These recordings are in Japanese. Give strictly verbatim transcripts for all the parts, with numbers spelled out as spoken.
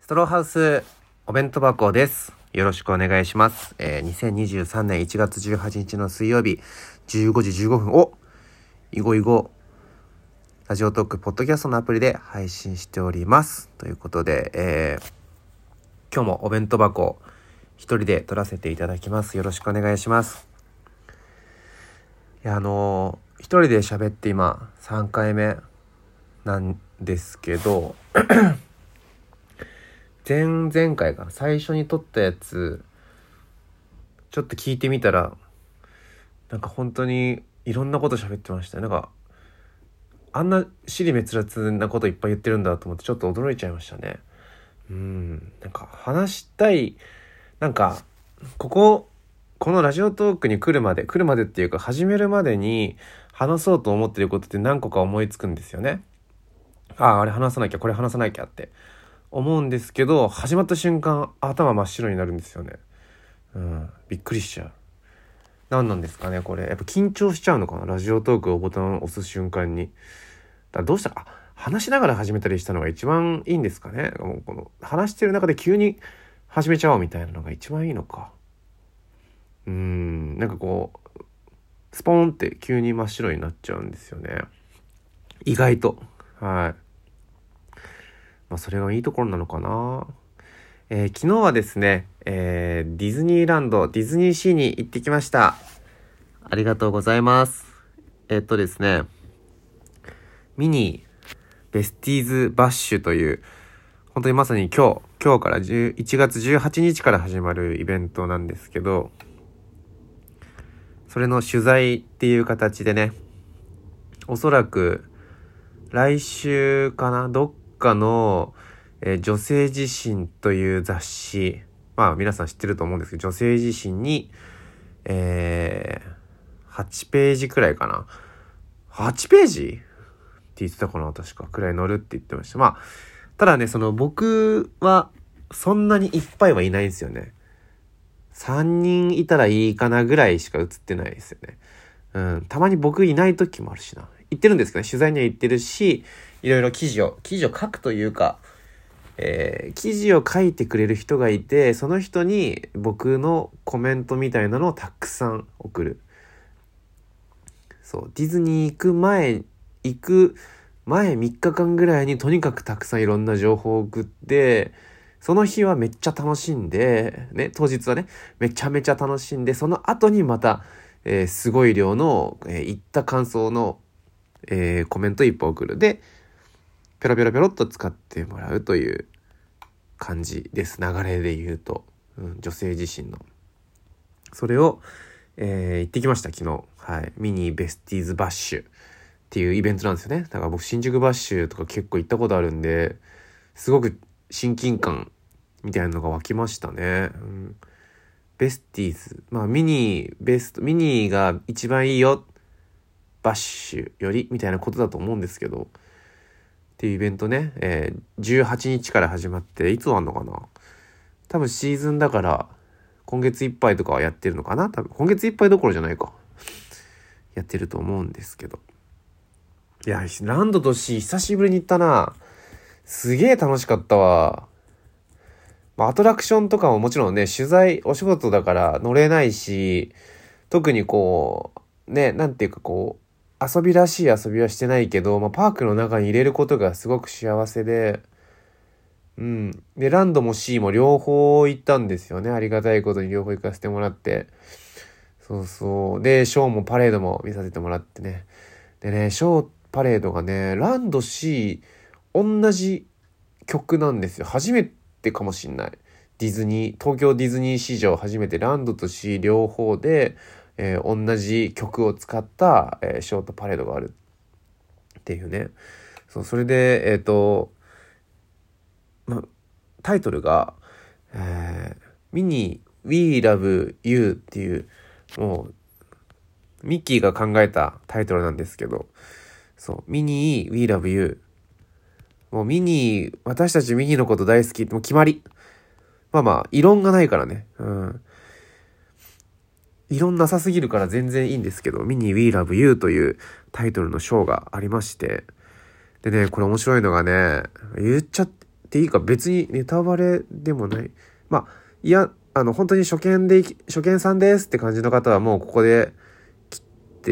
ストローハウスお弁当箱です。よろしくお願いします。えー、にせんにじゅうさんねんいちがつじゅうはちにちの水曜日じゅうごじじゅうごふんをいごいごラジオトークポッドキャストのアプリで配信しております。ということで、えー、今日もお弁当箱一人で撮らせていただきます。よろしくお願いします。いやあのー、一人で喋って今さんかいめなんですけど前々回かな、最初に撮ったやつちょっと聞いてみたら、なんか本当にいろんなこと喋ってました。なんかあんな尻滅裂なこといっぱい言ってるんだと思ってちょっと驚いちゃいましたね。うーんなんか話したい、なんかこここのラジオトークに来るまで来るまでっていうか始めるまでに話そうと思ってることって何個か思いつくんですよね。あああれ話さなきゃ、これ話さなきゃって思うんですけど、始まった瞬間頭真っ白になるんですよね。うん、びっくりしちゃう。何なんですかねこれ。やっぱ緊張しちゃうのかな、ラジオトークをボタンを押す瞬間に。だからどうしたら、あ、話しながら始めたりしたのが一番いいんですかね。もうこの話してる中で急に始めちゃおうみたいなのが一番いいのか。うーんなんかこうスポーンって急に真っ白になっちゃうんですよね、意外と。はい。まあそれがいいところなのかな。えー、昨日はですね、えー、ディズニーランド、ディズニーシーに行ってきました。ありがとうございます。えー、っとですね、ミニーベスティーズバッシュという、本当にまさに今日、今日からいちがつじゅうはちにちから始まるイベントなんですけど、それの取材っていう形でね、おそらく来週かな、どっかの、えー、女性自身という雑誌、まあ皆さん知ってると思うんですけど、女性自身に、えー、はちページくらいかな。はちページって言ってたかな、確か。くらい載るって言ってました。まあ、ただね、その僕はそんなにいっぱいはいないんですよね。さんにんいたらいいかなぐらいしか映ってないですよね。うん、たまに僕いない時もあるしな。行ってるんですけどね、取材には行ってるし、いろいろ記事を、記事を書くというか、えー、記事を書いてくれる人がいて、その人に僕のコメントみたいなのをたくさん送る。そう、ディズニー行く前、行く前みっかかんぐらいにとにかくたくさんいろんな情報を送って、その日はめっちゃ楽しんで、ね、当日はね、めちゃめちゃ楽しんで、その後にまた、えー、すごい量の、えー、言った感想の、えー、コメントいっぽん送る。で、ペロペロペロっと使ってもらうという感じです。流れで言うと、うん、女性自身の。それを、えー、行ってきました、昨日。はい。ミニーベスティーズバッシュっていうイベントなんですよね。だから僕、新宿バッシュとか結構行ったことあるんで、すごく親近感みたいなのが湧きましたね。うん、ベスティーズ。まあ、ミニー、ベスト、ミニーが一番いいよ。バッシュよりみたいなことだと思うんですけど、っていうイベントね、えー、じゅうはちにちから始まって、いつ終わんのかな。多分シーズンだから今月いっぱいとかはやってるのかな。多分今月いっぱいどころじゃないか、やってると思うんですけど、いやランドとシー久しぶりに行ったな。すげえ楽しかったわ。まあ、アトラクションとかももちろんね、取材お仕事だから乗れないし、特にこうね、なんていうかこう遊びらしい遊びはしてないけど、まあ、パークの中に入れることがすごく幸せで、うん。で、ランドもシーも両方行ったんですよね。ありがたいことに両方行かせてもらって。そうそう。で、ショーもパレードも見させてもらってね。でね、ショー、パレードがね、ランドシー、同じ曲なんですよ。初めてかもしんない。ディズニー、東京ディズニー史上初めてランドとシー両方で、えー、同じ曲を使った、えー、ショーとパレードがあるっていうね。そう、それで、えっと、ま、タイトルが、えー、ミニー We Love You っていう、もう、ミッキーが考えたタイトルなんですけど、そう、ミニー We Love You。もうミニー、私たちミニーのこと大好き。もう決まり。まあまあ、異論がないからね。うん。異論なさすぎるから全然いいんですけど、ミニー We Love You というタイトルのショーがありまして。でね、これ面白いのがね、言っちゃっていいか別にネタバレでもない。まあ、いや、あの、本当に初見で、初見さんですって感じの方はもうここで切って、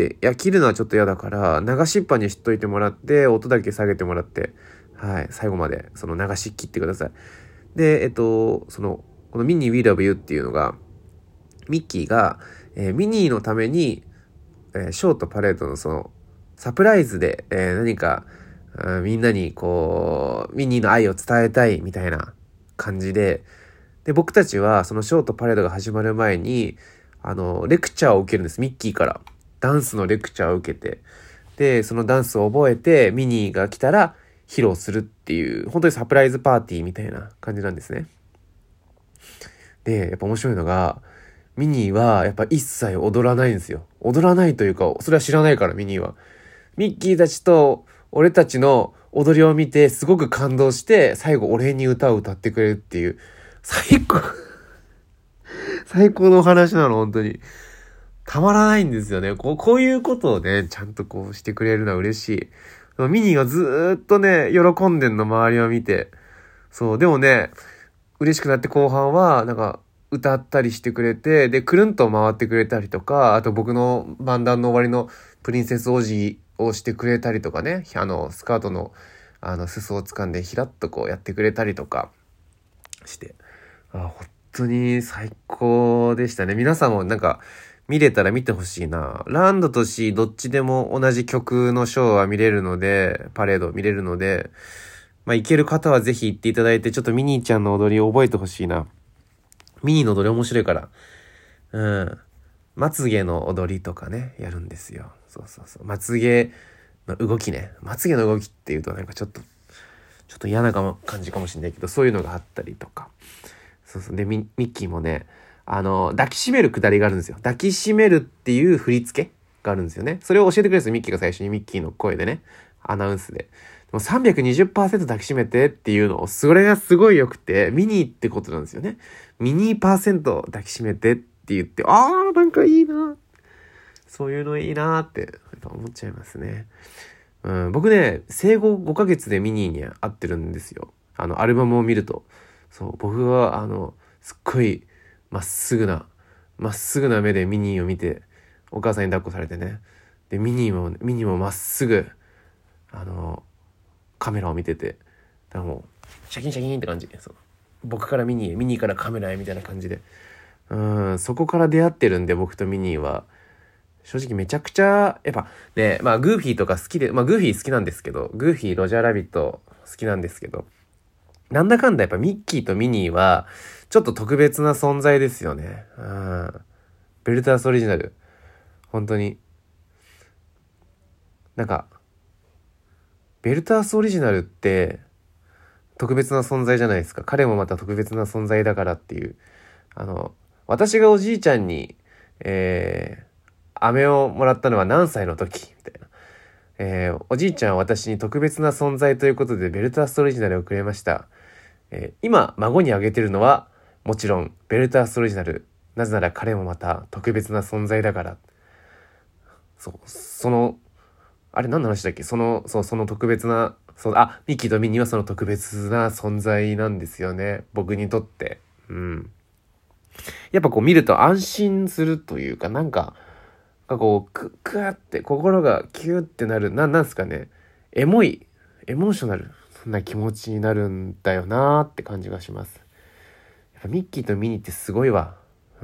いや、切るのはちょっと嫌だから、流しっぱにしといてもらって、音だけ下げてもらって、はい、最後まで、その流し切ってください。で、えっと、その、このミニー We Love You っていうのが、ミッキーが、えー、ミニーのために、えー、ショーとパレードのその、サプライズで、えー、何か、みんなにこう、ミニーの愛を伝えたいみたいな感じで、で、僕たちはそのショーとパレードが始まる前に、あの、レクチャーを受けるんです。ミッキーから。ダンスのレクチャーを受けて。で、そのダンスを覚えて、ミニーが来たら披露するっていう、本当にサプライズパーティーみたいな感じなんですね。で、やっぱ面白いのが、ミニーはやっぱ一切踊らないんですよ。踊らないというか、それは知らないから、ミニーは。ミッキーたちと俺たちの踊りを見てすごく感動して、最後お礼に歌を歌ってくれるっていう、最高最高のお話なの、本当に。たまらないんですよね。こう、こういうことをね、ちゃんとこうしてくれるのは嬉しい。ミニーがずーっとね、喜んでんの、周りを見て。そう、でもね、嬉しくなって後半は、なんか、歌ったりしてくれて、で、くるんと回ってくれたりとか、あと僕の漫談の終わりのプリンセス王子をしてくれたりとかね、あの、スカートの、あの、裾を掴んでひらっとこうやってくれたりとかして、あ、本当に最高でしたね。皆さんもなんか、見れたら見てほしいな。ランドとシーどっちでも同じ曲のショーは見れるので、パレード見れるので、まあ、行ける方はぜひ行っていただいて、ちょっとミニーちゃんの踊りを覚えてほしいな。ミニーの踊り面白いから。うん。まつげの踊りとかね、やるんですよ。そうそうそう。まつげの動きね。まつげの動きっていうとなんかちょっと、ちょっと嫌なかも感じかもしれないけど、そういうのがあったりとか。そうそう。で、ミ, ミッキーもね、あの、抱きしめるくだりがあるんですよ。抱きしめるっていう振り付けがあるんですよね。それを教えてくれるんですよ。ミッキーが最初にミッキーの声でね、アナウンスで。もう さんびゃくにじゅっパーセント 抱きしめてっていうのを、それがすごい良くて、ミニーってことなんですよね。ミニーパーセント抱きしめてって言って、あーなんかいいな。そういうのいいなってやっぱ思っちゃいますね。うん、僕ね、生後ごかげつでミニーに会ってるんですよ。あの、アルバムを見ると。そう、僕は、あの、すっごい、まっすぐな、まっすぐな目でミニーを見て、お母さんに抱っこされてね。で、ミニーも、ミニーもまっすぐ、あの、カメラを見てて、だからもう、シャキンシャキンって感じ。そう、僕からミニーへ、ミニーからカメラへみたいな感じで。うん、そこから出会ってるんで、僕とミニーは。正直めちゃくちゃ、やっぱね、まあグーフィーとか好きで、まあグーフィー好きなんですけど、グーフィー、ロジャーラビット好きなんですけど、なんだかんだやっぱミッキーとミニーは、ちょっと特別な存在ですよね。うん。ベルタースオリジナル。本当に。なんか、ベルタースオリジナルって特別な存在じゃないですか。彼もまた特別な存在だからっていう。あの、私がおじいちゃんに、えー、飴をもらったのは何歳の時みたいな。えー、おじいちゃんは私に特別な存在ということでベルタースオリジナルをくれました。えー、今、孫にあげてるのは、もちろん、ベルタースオリジナル。なぜなら彼もまた特別な存在だから。そう、その、あれ何の話だっけその、そう、その特別な、そう、あ、ミッキーとミニーはその特別な存在なんですよね。僕にとって。うん。やっぱこう見ると安心するというか、なんか、がこう、く、くわって心がキューってなる、な、なんすかね。エモい、エモーショナル。そんな気持ちになるんだよなーって感じがします。やっぱミッキーとミニーってすごいわ。うん。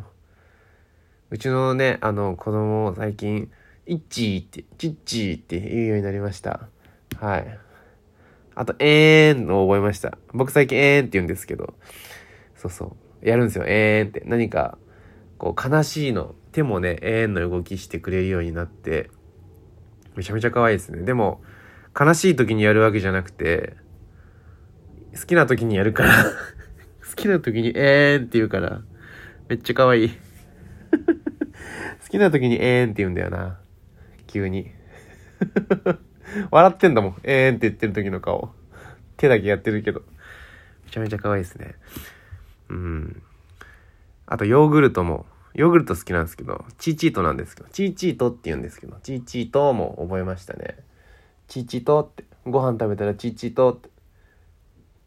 うちのね、あの、子供も最近、イッチーって、チッチーって言うようになりました。はい。あと、えーんを覚えました。僕最近えーんって言うんですけど、そうそう。やるんですよ、えーんって。何か、こう、悲しいの、手もね、えーんの動きしてくれるようになって、めちゃめちゃ可愛いですね。でも、悲しい時にやるわけじゃなくて、好きな時にやるから好きな時にえーんって言うから、めっちゃ可愛い好きな時にえーんって言うんだよな。急に。笑ってんだもん。えーんって言ってる時の顔。手だけやってるけど。めちゃめちゃ可愛いですね。うん。あと、ヨーグルトも、ヨーグルト好きなんですけど、チーチートなんですけど、チーチートって言うんですけど、チーチートも覚えましたね。チーチートって、ご飯食べたらチーチートって。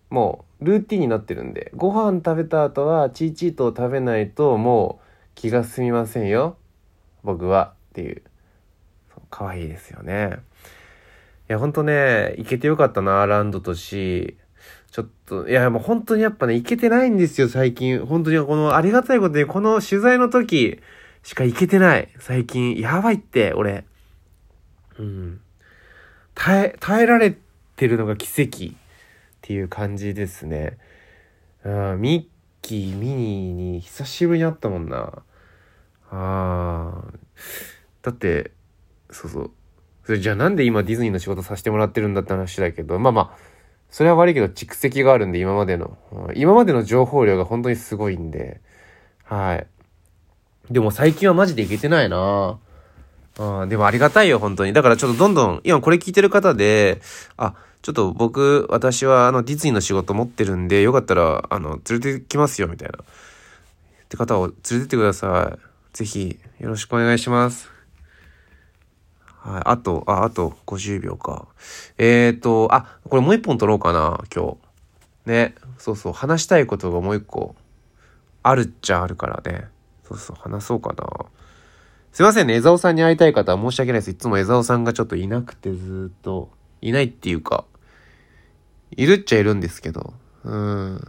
もうルーティンになってるんで、ご飯食べた後はチーチートを食べないともう気が済みませんよ、僕はっていう。可愛いですよね。いやほんとね、行けてよかったな、ランドとし。ちょっといやもう本当にやっぱね、行けてないんですよ最近。本当にこのありがたいことにこの取材の時しか行けてない最近。やばいって俺。うん。耐え耐えられてるのが奇跡っていう感じですね。うん、ミッキーミニーに久しぶりに会ったもんな。あーだってそうそう。それじゃあなんで今ディズニーの仕事させてもらってるんだって話だけど、まあまあそれは悪いけど蓄積があるんで、今までの今までの情報量が本当にすごいんで、はい。でも最近はマジでいけてないな。あでもありがたいよ本当に。だからちょっとどんどん今これ聞いてる方で、あちょっと僕私はあのディズニーの仕事持ってるんで、よかったらあの連れてきますよみたいなって方を連れてってください。ぜひよろしくお願いします。はい、あと、あ、あとごじゅうびょうか。えーと、あ、これもう一本撮ろうかな、今日。ね、そうそう、話したいことがもう一個あるっちゃあるからね。そうそう、話そうかな。すいませんね、江沢さんに会いたい方は申し訳ないです。いつも江沢さんがちょっといなくてずっと、いないっていうか、いるっちゃいるんですけど、うん。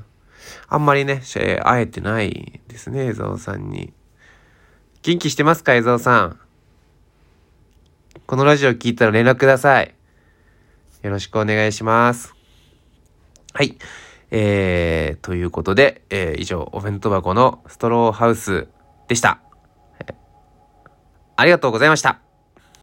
あんまりね、会えてないですね、江沢さんに。元気してますか、江沢さん。このラジオ聞いたら連絡ください。よろしくお願いします。はい。えー、ということで、えー、以上、お弁当箱のストローハウスでした。ありがとうございました。